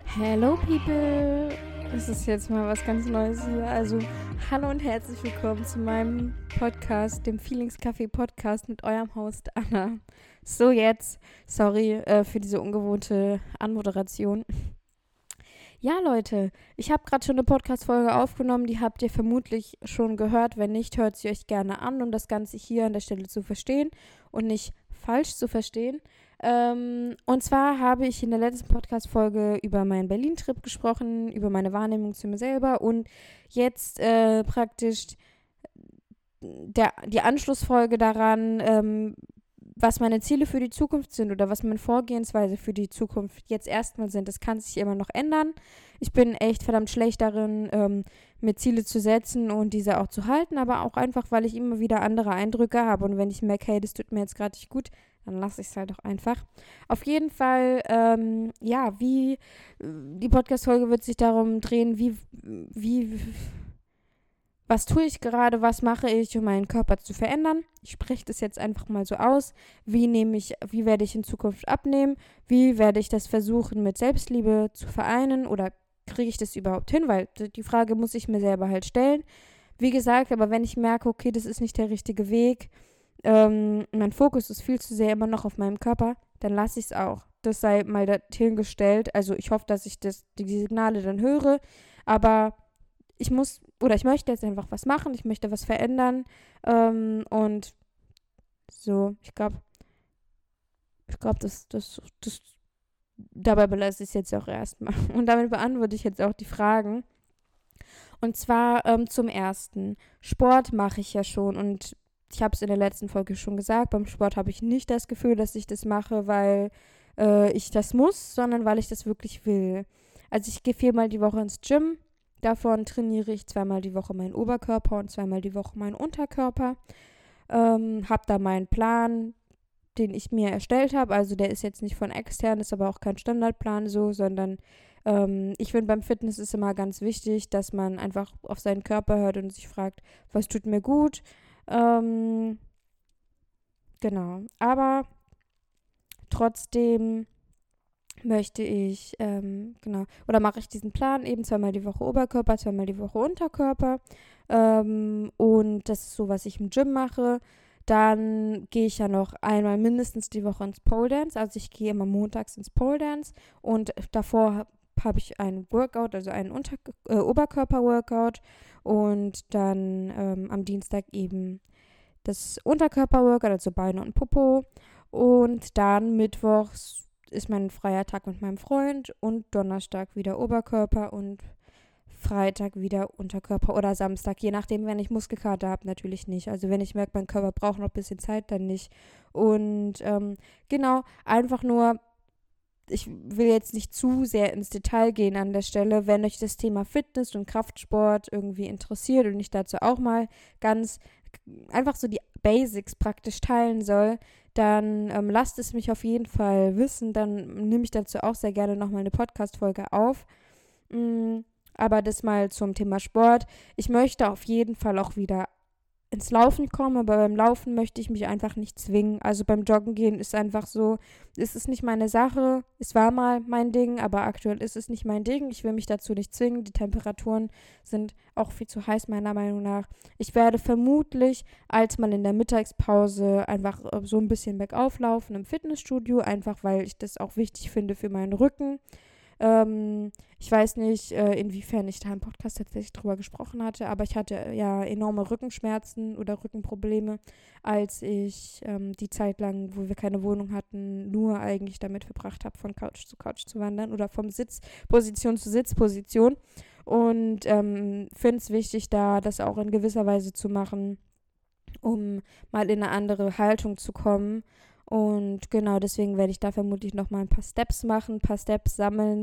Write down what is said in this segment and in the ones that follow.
Hello people! Das ist jetzt mal was ganz Neues hier. Also, hallo und herzlich willkommen zu meinem Podcast, dem Feelings Café Podcast mit eurem Host Anna. So, jetzt, sorry für diese ungewohnte Anmoderation. Ja, Leute, ich habe gerade schon eine Podcast-Folge aufgenommen, die habt ihr vermutlich schon gehört. Wenn nicht, hört sie euch gerne an, um das Ganze hier an der Stelle zu verstehen und nicht falsch zu verstehen. Und zwar habe ich in der letzten Podcast-Folge über meinen Berlin-Trip gesprochen, über meine Wahrnehmung zu mir selber und jetzt praktisch die Anschlussfolge daran, was meine Ziele für die Zukunft sind oder was meine Vorgehensweise für die Zukunft jetzt erstmal sind. Das kann sich immer noch ändern. Ich bin echt verdammt schlecht darin, mir Ziele zu setzen und diese auch zu halten, aber auch einfach, weil ich immer wieder andere Eindrücke habe und wenn ich merke, hey, das tut mir jetzt gerade nicht gut, dann lasse ich es halt auch einfach. Auf jeden Fall, die Podcast-Folge wird sich darum drehen, was tue ich gerade, was mache ich, um meinen Körper zu verändern. Ich spreche das jetzt einfach mal so aus. Wie werde ich in Zukunft abnehmen? Wie werde ich das versuchen, mit Selbstliebe zu vereinen? Oder kriege ich das überhaupt hin? Weil die Frage muss ich mir selber halt stellen. Wie gesagt, aber wenn ich merke, okay, das ist nicht der richtige Weg, mein Fokus ist viel zu sehr immer noch auf meinem Körper, dann lasse ich es auch. Das sei mal dahingestellt. Also ich hoffe, dass ich die Signale dann höre, aber ich möchte jetzt einfach was machen, ich möchte was verändern und so, ich glaube, dabei belasse ich es jetzt auch erstmal. Und damit beantworte ich jetzt auch die Fragen. Und zwar zum ersten. Sport mache ich ja schon und ich habe es in der letzten Folge schon gesagt, beim Sport habe ich nicht das Gefühl, dass ich das mache, weil ich das muss, sondern weil ich das wirklich will. Also ich gehe 4-mal die Woche ins Gym. Davon trainiere ich 2-mal die Woche meinen Oberkörper und 2-mal die Woche meinen Unterkörper. Habe da meinen Plan, den ich mir erstellt habe. Also der ist jetzt nicht von extern, ist aber auch kein Standardplan so, sondern ich finde beim Fitness ist immer ganz wichtig, dass man einfach auf seinen Körper hört und sich fragt, was tut mir gut. Genau. Aber trotzdem möchte ich, oder mache ich diesen Plan eben 2-mal die Woche Oberkörper, 2-mal die Woche Unterkörper. Und das ist so, was ich im Gym mache. Dann gehe ich ja noch einmal mindestens die Woche ins Pole Dance. Also ich gehe immer montags ins Pole Dance und davor habe ich einen Workout, also einen Oberkörper-Workout und dann am Dienstag eben das Unterkörper-Workout, also Beine und Popo. Und dann mittwochs ist mein freier Tag mit meinem Freund und Donnerstag wieder Oberkörper und Freitag wieder Unterkörper oder Samstag, je nachdem, wenn ich Muskelkater habe, natürlich nicht. Also wenn ich merke, mein Körper braucht noch ein bisschen Zeit, dann nicht. Und genau, einfach nur, ich will jetzt nicht zu sehr ins Detail gehen an der Stelle. Wenn euch das Thema Fitness und Kraftsport irgendwie interessiert und ich dazu auch mal ganz einfach so die Basics praktisch teilen soll, dann lasst es mich auf jeden Fall wissen. Dann nehme ich dazu auch sehr gerne nochmal eine Podcast-Folge auf. Aber das mal zum Thema Sport. Ich möchte auf jeden Fall auch wieder ins Laufen kommen, aber beim Laufen möchte ich mich einfach nicht zwingen. Also beim Joggen gehen ist einfach so, es ist nicht meine Sache. Es war mal mein Ding, aber aktuell ist es nicht mein Ding. Ich will mich dazu nicht zwingen. Die Temperaturen sind auch viel zu heiß, meiner Meinung nach. Ich werde vermutlich als mal in der Mittagspause einfach so ein bisschen bergauf laufen im Fitnessstudio, einfach weil ich das auch wichtig finde für meinen Rücken. Ich weiß nicht, inwiefern ich da im Podcast tatsächlich drüber gesprochen hatte, aber ich hatte ja enorme Rückenschmerzen oder Rückenprobleme, als ich die Zeit lang, wo wir keine Wohnung hatten, nur eigentlich damit verbracht habe, von Couch zu wandern oder vom Sitzposition zu Sitzposition. Und finde es wichtig, da das auch in gewisser Weise zu machen, um mal in eine andere Haltung zu kommen. Und genau deswegen werde ich da vermutlich noch mal ein paar Steps machen, ein paar Steps sammeln.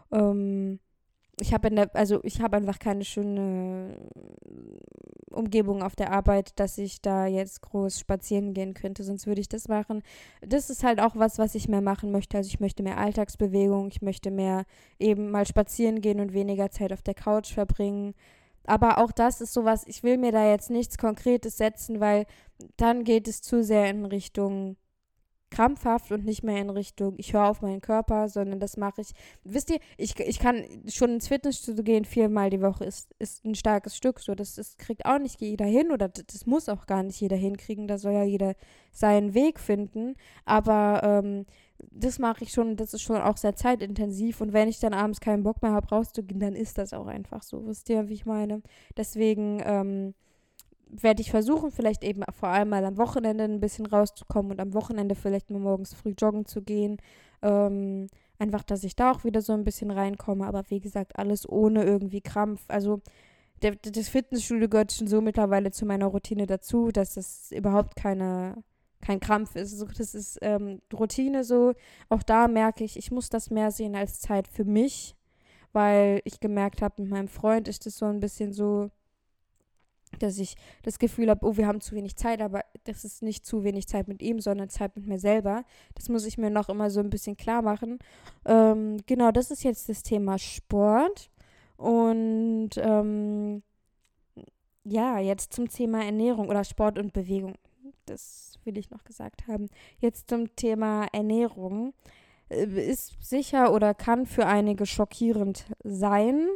Ich habe einfach keine schöne Umgebung auf der Arbeit, dass ich da jetzt groß spazieren gehen könnte, sonst würde ich das machen. Das ist halt auch was ich mehr machen möchte. Also ich möchte mehr Alltagsbewegung, ich möchte mehr eben mal spazieren gehen und weniger Zeit auf der Couch verbringen. Aber auch das ist sowas, ich will mir da jetzt nichts Konkretes setzen, weil dann geht es zu sehr in Richtung krampfhaft und nicht mehr in Richtung, ich höre auf meinen Körper, sondern das mache ich. Wisst ihr, ich kann schon ins Fitnessstudio gehen, 4-mal die Woche ist ein starkes Stück. So, das kriegt auch nicht jeder hin oder das muss auch gar nicht jeder hinkriegen. Da soll ja jeder seinen Weg finden. Aber das mache ich schon, das ist schon auch sehr zeitintensiv. Und wenn ich dann abends keinen Bock mehr habe, rauszugehen, dann ist das auch einfach so. Wisst ihr, wie ich meine? Deswegen werde ich versuchen, vielleicht eben vor allem mal am Wochenende ein bisschen rauszukommen und am Wochenende vielleicht mal morgens früh joggen zu gehen. Einfach, dass ich da auch wieder so ein bisschen reinkomme. Aber wie gesagt, alles ohne irgendwie Krampf. Also das Fitnessstudio gehört schon so mittlerweile zu meiner Routine dazu, dass das überhaupt kein Krampf ist. So, das ist Routine so. Auch da merke ich muss das mehr sehen als Zeit für mich, weil ich gemerkt habe, mit meinem Freund ist das so ein bisschen so, dass ich das Gefühl habe, oh, wir haben zu wenig Zeit, aber das ist nicht zu wenig Zeit mit ihm, sondern Zeit mit mir selber. Das muss ich mir noch immer so ein bisschen klar machen. Genau, das ist jetzt das Thema Sport. Und ja, jetzt zum Thema Ernährung oder Sport und Bewegung. Das will ich noch gesagt haben. Jetzt zum Thema Ernährung. Ist sicher oder kann für einige schockierend sein.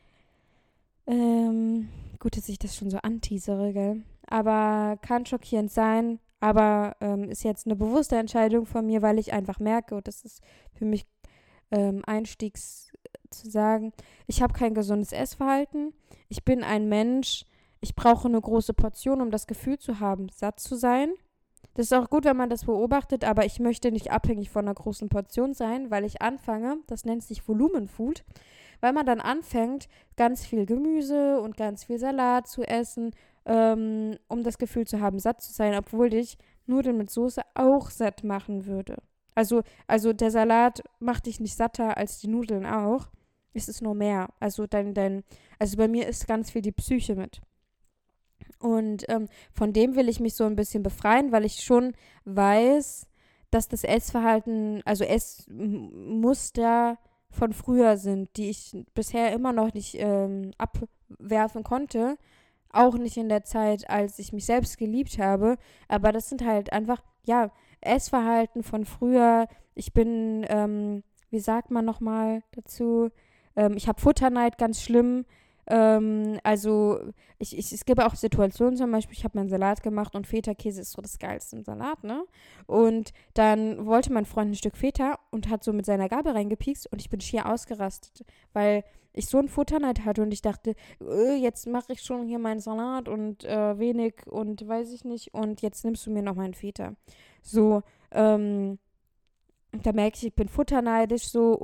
Gut, dass ich das schon so anteasere, gell? Aber kann schockierend sein, aber ist jetzt eine bewusste Entscheidung von mir, weil ich einfach merke, und das ist für mich Einstiegs zu sagen, ich habe kein gesundes Essverhalten. Ich bin ein Mensch, ich brauche eine große Portion, um das Gefühl zu haben, satt zu sein. Das ist auch gut, wenn man das beobachtet, aber ich möchte nicht abhängig von einer großen Portion sein, weil ich anfange, das nennt sich Volumenfood, weil man dann anfängt, ganz viel Gemüse und ganz viel Salat zu essen, um das Gefühl zu haben, satt zu sein, obwohl dich Nudeln mit Soße auch satt machen würde. Also der Salat macht dich nicht satter als die Nudeln auch. Es ist nur mehr. Also also bei mir ist ganz viel die Psyche mit. Und von dem will ich mich so ein bisschen befreien, weil ich schon weiß, dass das Essverhalten, also Essmuster von früher sind, die ich bisher immer noch nicht abwerfen konnte. Auch nicht in der Zeit, als ich mich selbst geliebt habe. Aber das sind halt einfach, ja, Essverhalten von früher. Ich bin, wie sagt man nochmal dazu? Ich habe Futterneid, ganz schlimm. Also es gibt auch Situationen, zum Beispiel, ich habe meinen Salat gemacht und Feta-Käse ist so das Geilste im Salat, ne? Und dann wollte mein Freund ein Stück Feta und hat so mit seiner Gabel reingepiekst und ich bin schier ausgerastet, weil ich so einen Futterneid hatte und ich dachte, jetzt mache ich schon hier meinen Salat und wenig und weiß ich nicht und jetzt nimmst du mir noch meinen Feta. So, da merke ich bin futterneidisch so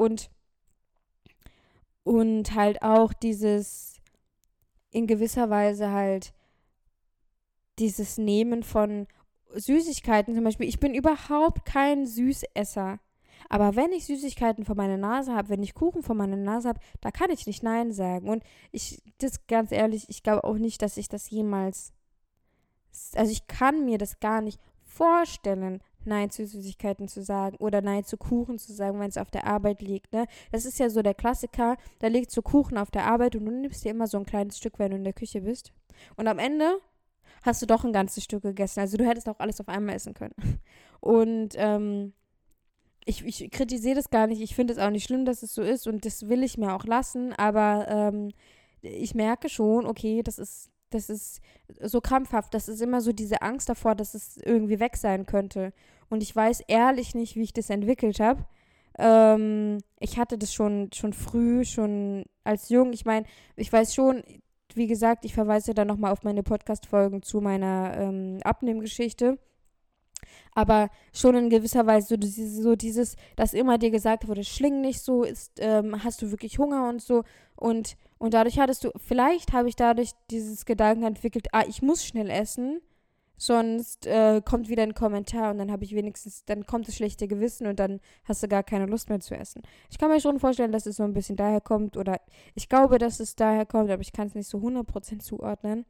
und halt auch dieses, in gewisser Weise halt, dieses Nehmen von Süßigkeiten zum Beispiel. Ich bin überhaupt kein Süßesser. Aber wenn ich Süßigkeiten vor meiner Nase habe, wenn ich Kuchen vor meiner Nase habe, da kann ich nicht Nein sagen. Und das ganz ehrlich, ich glaube auch nicht, dass ich das jemals, also ich kann mir das gar nicht vorstellen, Nein zu Süßigkeiten zu sagen oder Nein zu Kuchen zu sagen, wenn es auf der Arbeit liegt, ne? Das ist ja so der Klassiker, da liegt so Kuchen auf der Arbeit und du nimmst dir immer so ein kleines Stück, wenn du in der Küche bist. Und am Ende hast du doch ein ganzes Stück gegessen. Also du hättest auch alles auf einmal essen können. Und ich kritisiere das gar nicht. Ich finde es auch nicht schlimm, dass es so ist und das will ich mir auch lassen. Aber ich merke schon, okay, das ist so krampfhaft. Das ist immer so diese Angst davor, dass es irgendwie weg sein könnte. Und ich weiß ehrlich nicht, wie ich das entwickelt habe. Ich hatte das schon früh, schon als jung. Ich meine, ich weiß schon, wie gesagt, ich verweise da nochmal auf meine Podcast-Folgen zu meiner Abnehmgeschichte. Aber schon in gewisser Weise so dieses, dass immer dir gesagt wurde, schling nicht so, hast du wirklich Hunger und so. Und dadurch vielleicht habe ich dadurch dieses Gedanken entwickelt, ich muss schnell essen, sonst kommt wieder ein Kommentar und dann habe ich wenigstens, dann kommt das schlechte Gewissen und dann hast du gar keine Lust mehr zu essen. Ich kann mir schon vorstellen, dass es so ein bisschen daher kommt oder ich glaube, dass es daher kommt, aber ich kann es nicht so 100% zuordnen.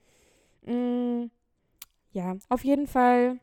Ja, auf jeden Fall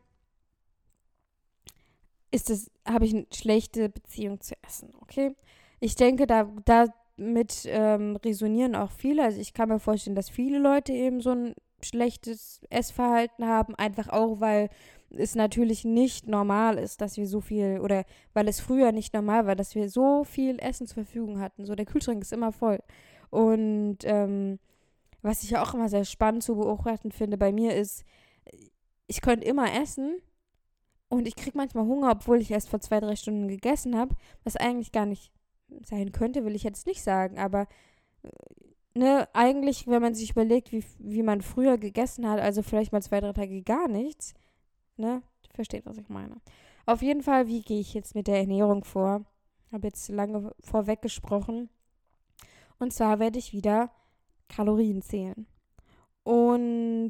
habe ich eine schlechte Beziehung zu Essen, okay? Ich denke, damit resonieren auch viele. Also ich kann mir vorstellen, dass viele Leute eben so ein schlechtes Essverhalten haben, einfach auch, weil es natürlich nicht normal ist, dass wir so viel, oder weil es früher nicht normal war, dass wir so viel Essen zur Verfügung hatten. So, der Kühlschrank ist immer voll. Und was ich ja auch immer sehr spannend zu beobachten finde bei mir ist, ich könnte immer essen und ich kriege manchmal Hunger, obwohl ich erst vor 2, 3 Stunden gegessen habe, was eigentlich gar nicht sein könnte, will ich jetzt nicht sagen, aber ne, eigentlich, wenn man sich überlegt, wie man früher gegessen hat, also vielleicht mal 2, 3 Tage gar nichts, ne, versteht, was ich meine. Auf jeden Fall, wie gehe ich jetzt mit der Ernährung vor? Habe jetzt lange vorweg gesprochen. Und zwar werde ich wieder Kalorien zählen. Und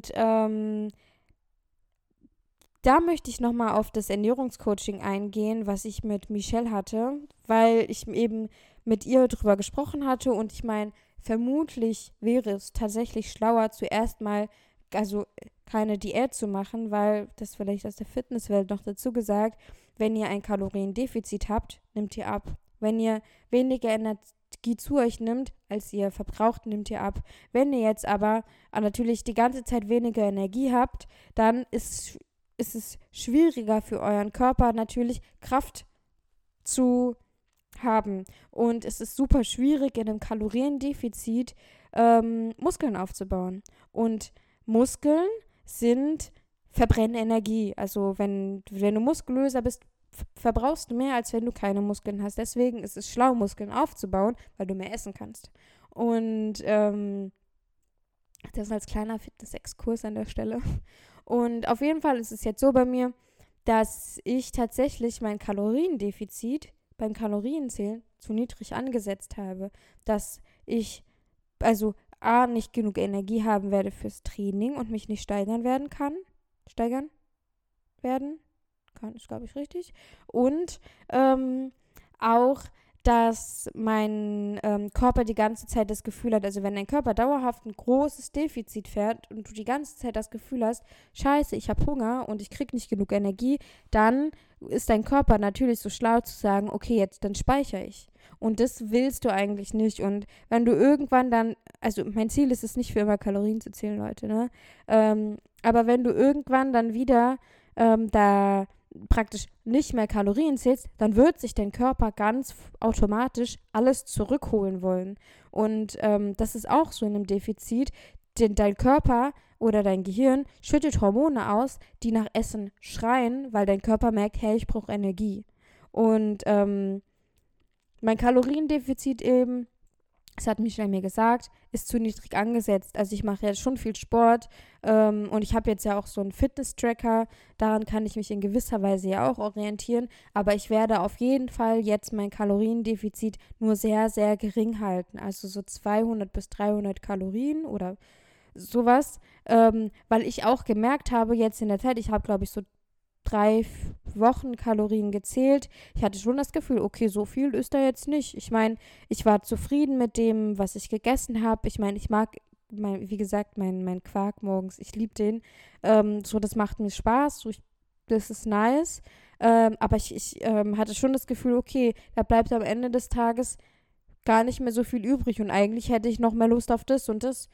da möchte ich nochmal auf das Ernährungscoaching eingehen, was ich mit Michelle hatte, weil ich eben mit ihr drüber gesprochen hatte und ich meine, vermutlich wäre es tatsächlich schlauer, zuerst mal, also keine Diät zu machen, weil das vielleicht aus der Fitnesswelt noch dazu gesagt, wenn ihr ein Kaloriendefizit habt, nimmt ihr ab. Wenn ihr weniger Energie zu euch nimmt, als ihr verbraucht, nimmt ihr ab. Wenn ihr jetzt aber natürlich die ganze Zeit weniger Energie habt, dann ist es schwieriger für euren Körper natürlich Kraft zu haben. Und es ist super schwierig in einem Kaloriendefizit Muskeln aufzubauen. Und Muskeln verbrennen Energie. Also wenn du muskulöser bist, verbrauchst du mehr, als wenn du keine Muskeln hast. Deswegen ist es schlau, Muskeln aufzubauen, weil du mehr essen kannst. Und das als kleiner Fitness-Exkurs an der Stelle. Und auf jeden Fall ist es jetzt so bei mir, dass ich tatsächlich mein Kaloriendefizit beim Kalorienzählen zu niedrig angesetzt habe. Dass ich also A, nicht genug Energie haben werde fürs Training und mich nicht steigern werden. Ist, glaube ich, richtig. Und auch, dass mein Körper die ganze Zeit das Gefühl hat, also wenn dein Körper dauerhaft ein großes Defizit fährt und du die ganze Zeit das Gefühl hast, scheiße, ich habe Hunger und ich kriege nicht genug Energie, dann ist dein Körper natürlich so schlau zu sagen, okay, jetzt dann speichere ich. Und das willst du eigentlich nicht. Und wenn du irgendwann dann, also mein Ziel ist es nicht für immer Kalorien zu zählen, Leute, ne? Aber wenn du irgendwann dann wieder da praktisch nicht mehr Kalorien zählst, dann wird sich dein Körper ganz automatisch alles zurückholen wollen. Und das ist auch so in einem Defizit, denn dein Körper oder dein Gehirn schüttet Hormone aus, die nach Essen schreien, weil dein Körper merkt, hey, ich brauche Energie. Und mein Kaloriendefizit eben, das hat Michelle mir gesagt, ist zu niedrig angesetzt. Also ich mache jetzt schon viel Sport und ich habe jetzt ja auch so einen Fitness-Tracker. Daran kann ich mich in gewisser Weise ja auch orientieren. Aber ich werde auf jeden Fall jetzt mein Kaloriendefizit nur sehr, sehr gering halten. Also so 200 bis 300 Kalorien oder sowas. Weil ich auch gemerkt habe jetzt in der Zeit, ich habe glaube ich so 3 Wochen Kalorien gezählt. Ich hatte schon das Gefühl, okay, so viel ist da jetzt nicht. Ich meine, ich war zufrieden mit dem, was ich gegessen habe. Ich meine, ich mag, wie gesagt, mein Quark morgens. Ich liebe den. So, das macht mir Spaß. So, das ist nice. Aber ich hatte schon das Gefühl, okay, da bleibt am Ende des Tages gar nicht mehr so viel übrig. Und eigentlich hätte ich noch mehr Lust auf das und das.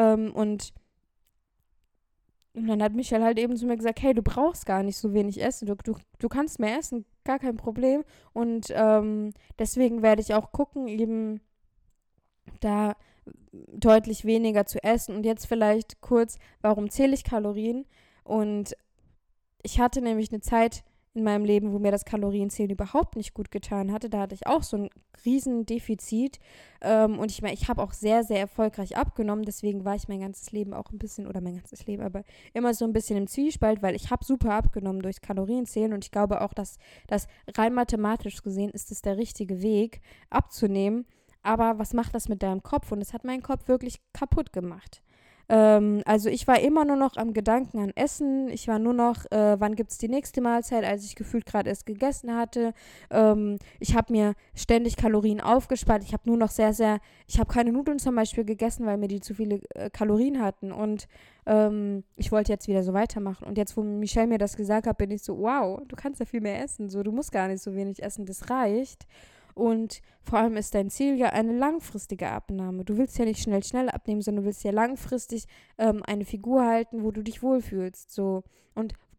Und dann hat Michael halt eben zu mir gesagt, hey, du brauchst gar nicht so wenig essen, du kannst mehr essen, gar kein Problem. Und deswegen werde ich auch gucken, eben da deutlich weniger zu essen. Und jetzt vielleicht kurz, warum zähle ich Kalorien? Und ich hatte nämlich eine Zeit in meinem Leben, wo mir das Kalorienzählen überhaupt nicht gut getan hatte. Da hatte ich auch so ein Riesendefizit. Und ich meine, ich habe auch sehr, sehr erfolgreich abgenommen. Deswegen war ich mein ganzes Leben auch ein bisschen, oder mein ganzes Leben, aber immer so ein bisschen im Zwiespalt, weil ich habe super abgenommen durchs Kalorienzählen. Und ich glaube auch, dass das rein mathematisch gesehen ist es der richtige Weg, abzunehmen. Aber was macht das mit deinem Kopf? Und es hat meinen Kopf wirklich kaputt gemacht. Also ich war immer nur noch am Gedanken an Essen. Ich war nur noch, wann gibt es die nächste Mahlzeit, als ich gefühlt gerade erst gegessen hatte. Ich habe mir ständig Kalorien aufgespart. Ich habe nur noch ich habe keine Nudeln zum Beispiel gegessen, weil mir die zu viele Kalorien hatten. Und ich wollte jetzt wieder so weitermachen. Und jetzt, wo Michelle mir das gesagt hat, bin ich so, wow, du kannst ja viel mehr essen. So, du musst gar nicht so wenig essen, das reicht. Und vor allem ist dein Ziel ja eine langfristige Abnahme. Du willst ja nicht schnell abnehmen, sondern du willst ja langfristig eine Figur halten, wo du dich wohlfühlst. So. Und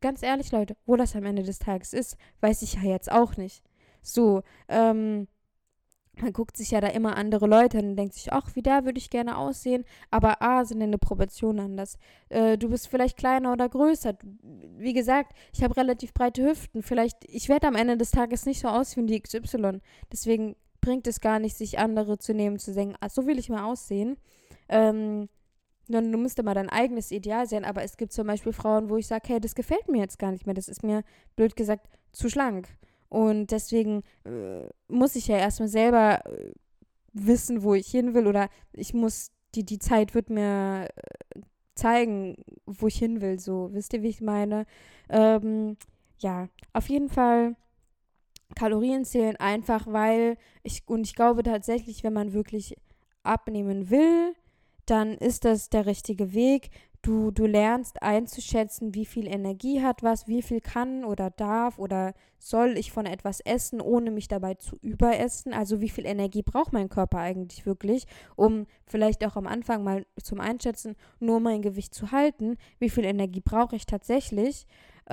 ganz ehrlich, Leute, wo das am Ende des Tages ist, weiß ich ja jetzt auch nicht. So, man guckt sich ja da immer andere Leute an und denkt sich, ach, wie der würde ich gerne aussehen. Aber sind deine Proportionen anders. Du bist vielleicht kleiner oder größer. Wie gesagt, ich habe relativ breite Hüften. Ich werde am Ende des Tages nicht so aussehen wie die XY. Deswegen bringt es gar nicht, sich andere zu nehmen, zu denken, so will ich mal aussehen. Du musst immer dein eigenes Ideal sein. Aber es gibt zum Beispiel Frauen, wo ich sage, hey, das gefällt mir jetzt gar nicht mehr. Das ist mir, blöd gesagt, zu schlank. Und deswegen muss ich ja erstmal selber wissen, wo ich hin will. Oder die Zeit wird mir zeigen, wo ich hin will. So, wisst ihr, wie ich meine? Ja, auf jeden Fall Kalorien zählen einfach, weil ich glaube tatsächlich, wenn man wirklich abnehmen will, dann ist das der richtige Weg. Du lernst einzuschätzen, wie viel Energie hat was, wie viel kann oder darf oder soll ich von etwas essen, ohne mich dabei zu überessen. Also wie viel Energie braucht mein Körper eigentlich wirklich, um vielleicht auch am Anfang mal zum Einschätzen, nur mein Gewicht zu halten. Wie viel Energie brauche ich tatsächlich?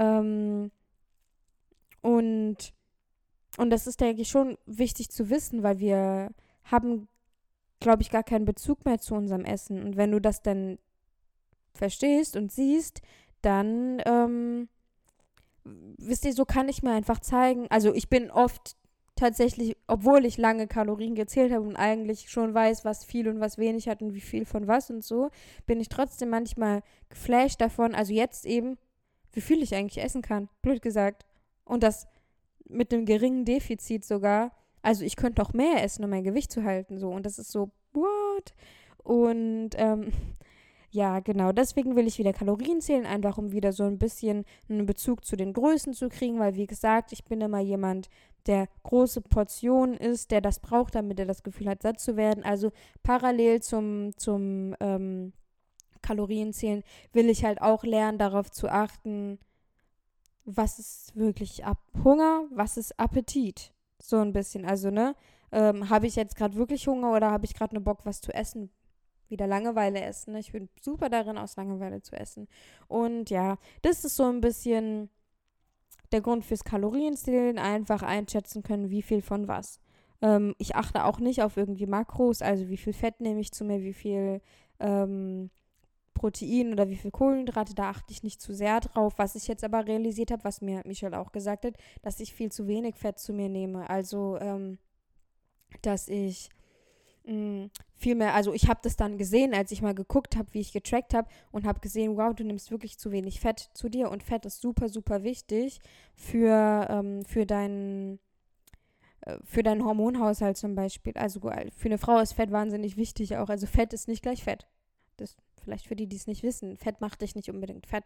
Und das ist, denke ich, schon wichtig zu wissen, weil wir haben, glaube ich, gar keinen Bezug mehr zu unserem Essen. Und wenn du das dann verstehst und siehst, dann, wisst ihr, so kann ich mir einfach zeigen, also ich bin oft tatsächlich, obwohl ich lange Kalorien gezählt habe und eigentlich schon weiß, was viel und was wenig hat und wie viel von was und so, bin ich trotzdem manchmal geflasht davon, also jetzt eben, wie viel ich eigentlich essen kann, blöd gesagt. Und das mit einem geringen Defizit sogar. Also ich könnte auch mehr essen, um mein Gewicht zu halten, so. Und das ist so, what? Und, ja, genau, deswegen will ich wieder Kalorien zählen, einfach um wieder so ein bisschen einen Bezug zu den Größen zu kriegen, weil wie gesagt, ich bin immer jemand, der große Portionen isst, der das braucht, damit er das Gefühl hat, satt zu werden. Also parallel zum Kalorienzählen will ich halt auch lernen, darauf zu achten, was ist wirklich Hunger, was ist Appetit. So ein bisschen, also, ne? Habe ich jetzt gerade wirklich Hunger oder habe ich gerade nur Bock, was zu essen? Wieder Langeweile essen. Ne? Ich bin super darin, aus Langeweile zu essen. Und ja, das ist so ein bisschen der Grund fürs Kalorienzählen, einfach einschätzen können, wie viel von was. Ich achte auch nicht auf irgendwie Makros, also wie viel Fett nehme ich zu mir, wie viel Protein oder wie viel Kohlenhydrate, da achte ich nicht zu sehr drauf. Was ich jetzt aber realisiert habe, was mir Michelle auch gesagt hat, dass ich viel zu wenig Fett zu mir nehme. Also, dass ich viel mehr, also ich habe das dann gesehen, als ich mal geguckt habe, wie ich getrackt habe und habe gesehen, wow, du nimmst wirklich zu wenig Fett zu dir und Fett ist super, super wichtig für deinen Hormonhaushalt zum Beispiel. Also für eine Frau ist Fett wahnsinnig wichtig auch. Also Fett ist nicht gleich Fett. Das vielleicht für die, die es nicht wissen. Fett macht dich nicht unbedingt fett.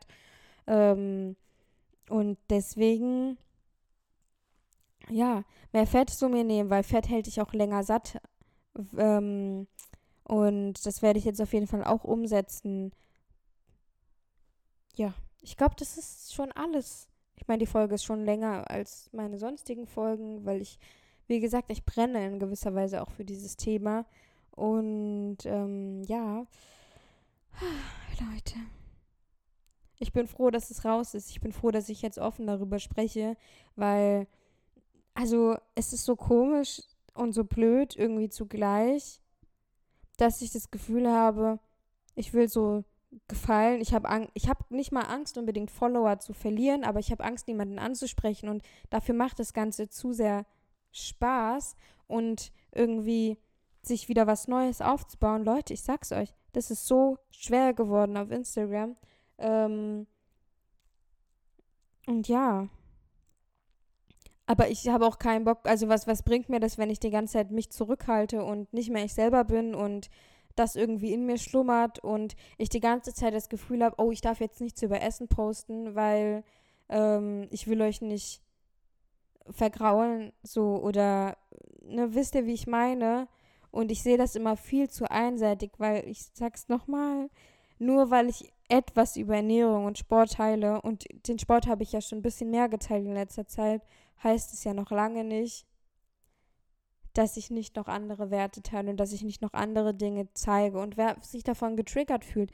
Und deswegen, ja, mehr Fett zu mir nehmen, weil Fett hält dich auch länger satt. Und das werde ich jetzt auf jeden Fall auch umsetzen. Ja, ich glaube, das ist schon alles. Ich meine, die Folge ist schon länger als meine sonstigen Folgen, weil wie gesagt, ich brenne in gewisser Weise auch für dieses Thema. Und ja, Leute, ich bin froh, dass es raus ist. Ich bin froh, dass ich jetzt offen darüber spreche, weil, also, es ist so komisch und so blöd irgendwie zugleich, dass ich das Gefühl habe, ich will so gefallen. Ich hab nicht mal Angst, unbedingt Follower zu verlieren, aber ich habe Angst, niemanden anzusprechen und dafür macht das Ganze zu sehr Spaß und irgendwie sich wieder was Neues aufzubauen. Leute, ich sag's euch, das ist so schwer geworden auf Instagram. Und ja, aber ich habe auch keinen Bock, also was bringt mir das, wenn ich die ganze Zeit mich zurückhalte und nicht mehr ich selber bin und das irgendwie in mir schlummert und ich die ganze Zeit das Gefühl habe, oh, ich darf jetzt nichts über Essen posten, weil ich will euch nicht vergraulen, so, oder, ne, wisst ihr, wie ich meine? Und ich sehe das immer viel zu einseitig, weil ich sag's nochmal, nur weil ich etwas über Ernährung und Sport teile, und den Sport habe ich ja schon ein bisschen mehr geteilt in letzter Zeit, heißt es ja noch lange nicht, dass ich nicht noch andere Werte teile und dass ich nicht noch andere Dinge zeige. Und wer sich davon getriggert fühlt,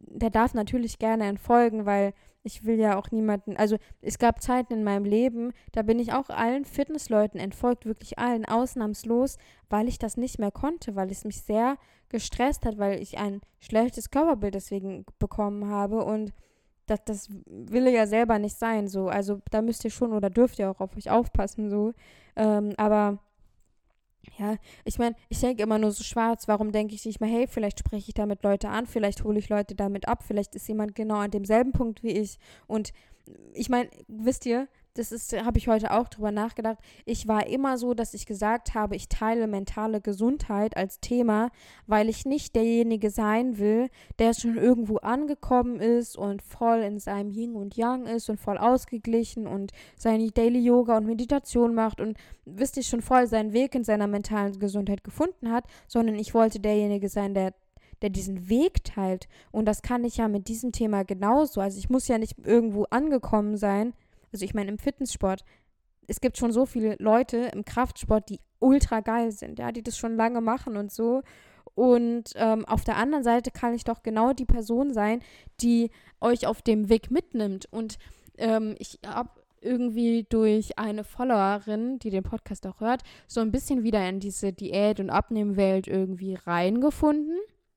der darf natürlich gerne entfolgen, weil ich will ja auch niemanden, also es gab Zeiten in meinem Leben, da bin ich auch allen Fitnessleuten entfolgt, wirklich allen, ausnahmslos, weil ich das nicht mehr konnte, weil es mich sehr gestresst hat, weil ich ein schlechtes Körperbild deswegen bekommen habe und das will ja selber nicht sein, so. Also da müsst ihr schon oder dürft ihr auch auf euch aufpassen, so. Aber ja, ich meine, ich denke immer nur so schwarz. Warum denke ich nicht mal, hey, vielleicht spreche ich damit Leute an, vielleicht hole ich Leute damit ab, vielleicht ist jemand genau an demselben Punkt wie ich. Und ich meine, wisst ihr, habe ich heute auch drüber nachgedacht. Ich war immer so, dass ich gesagt habe, ich teile mentale Gesundheit als Thema, weil ich nicht derjenige sein will, der schon irgendwo angekommen ist und voll in seinem Yin und Yang ist und voll ausgeglichen und seine Daily Yoga und Meditation macht und wisst ihr, schon voll seinen Weg in seiner mentalen Gesundheit gefunden hat, sondern ich wollte derjenige sein, der diesen Weg teilt. Und das kann ich ja mit diesem Thema genauso. Also ich muss ja nicht irgendwo angekommen sein. Also ich meine, im Fitnesssport, es gibt schon so viele Leute im Kraftsport, die ultra geil sind, ja, die das schon lange machen und so. Und auf der anderen Seite kann ich doch genau die Person sein, die euch auf dem Weg mitnimmt. Und ich habe irgendwie durch eine Followerin, die den Podcast auch hört, so ein bisschen wieder in diese Diät- und Abnehmwelt irgendwie reingefunden.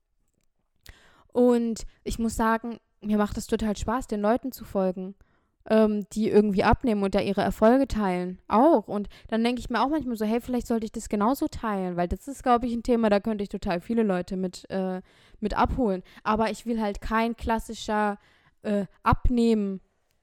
Und ich muss sagen, mir macht es total Spaß, den Leuten zu folgen, die irgendwie abnehmen und da ihre Erfolge teilen. Auch. Und dann denke ich mir auch manchmal so, hey, vielleicht sollte ich das genauso teilen, weil das ist, glaube ich, ein Thema, da könnte ich total viele Leute mit abholen. Aber ich will halt kein klassischer Abnehmen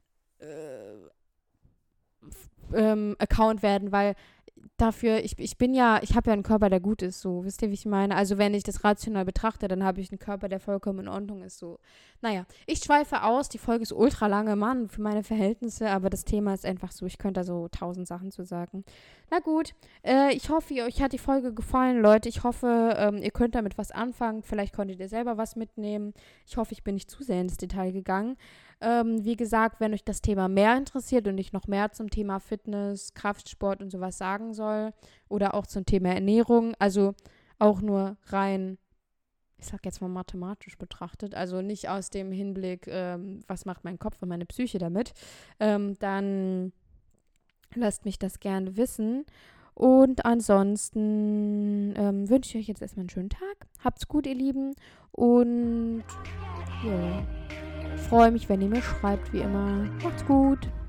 Account werden, weil dafür, ich habe ja einen Körper, der gut ist, so, wisst ihr, wie ich meine? Also wenn ich das rational betrachte, dann habe ich einen Körper, der vollkommen in Ordnung ist, so. Naja, ich schweife aus, die Folge ist ultra lange, Mann, für meine Verhältnisse, aber das Thema ist einfach so, ich könnte da so 1000 Sachen zu sagen. Na gut, ich hoffe, euch hat die Folge gefallen, Leute, ich hoffe, ihr könnt damit was anfangen, vielleicht konntet ihr selber was mitnehmen, ich hoffe, ich bin nicht zu sehr ins Detail gegangen. Wie gesagt, wenn euch das Thema mehr interessiert und ich noch mehr zum Thema Fitness, Kraftsport und sowas sagen soll oder auch zum Thema Ernährung, also auch nur rein, ich sag jetzt mal mathematisch betrachtet, also nicht aus dem Hinblick, was macht mein Kopf und meine Psyche damit, dann lasst mich das gerne wissen. Und ansonsten wünsche ich euch jetzt erstmal einen schönen Tag. Habt's gut, ihr Lieben. Und ja. Freue mich, wenn ihr mir schreibt, wie immer. Macht's gut.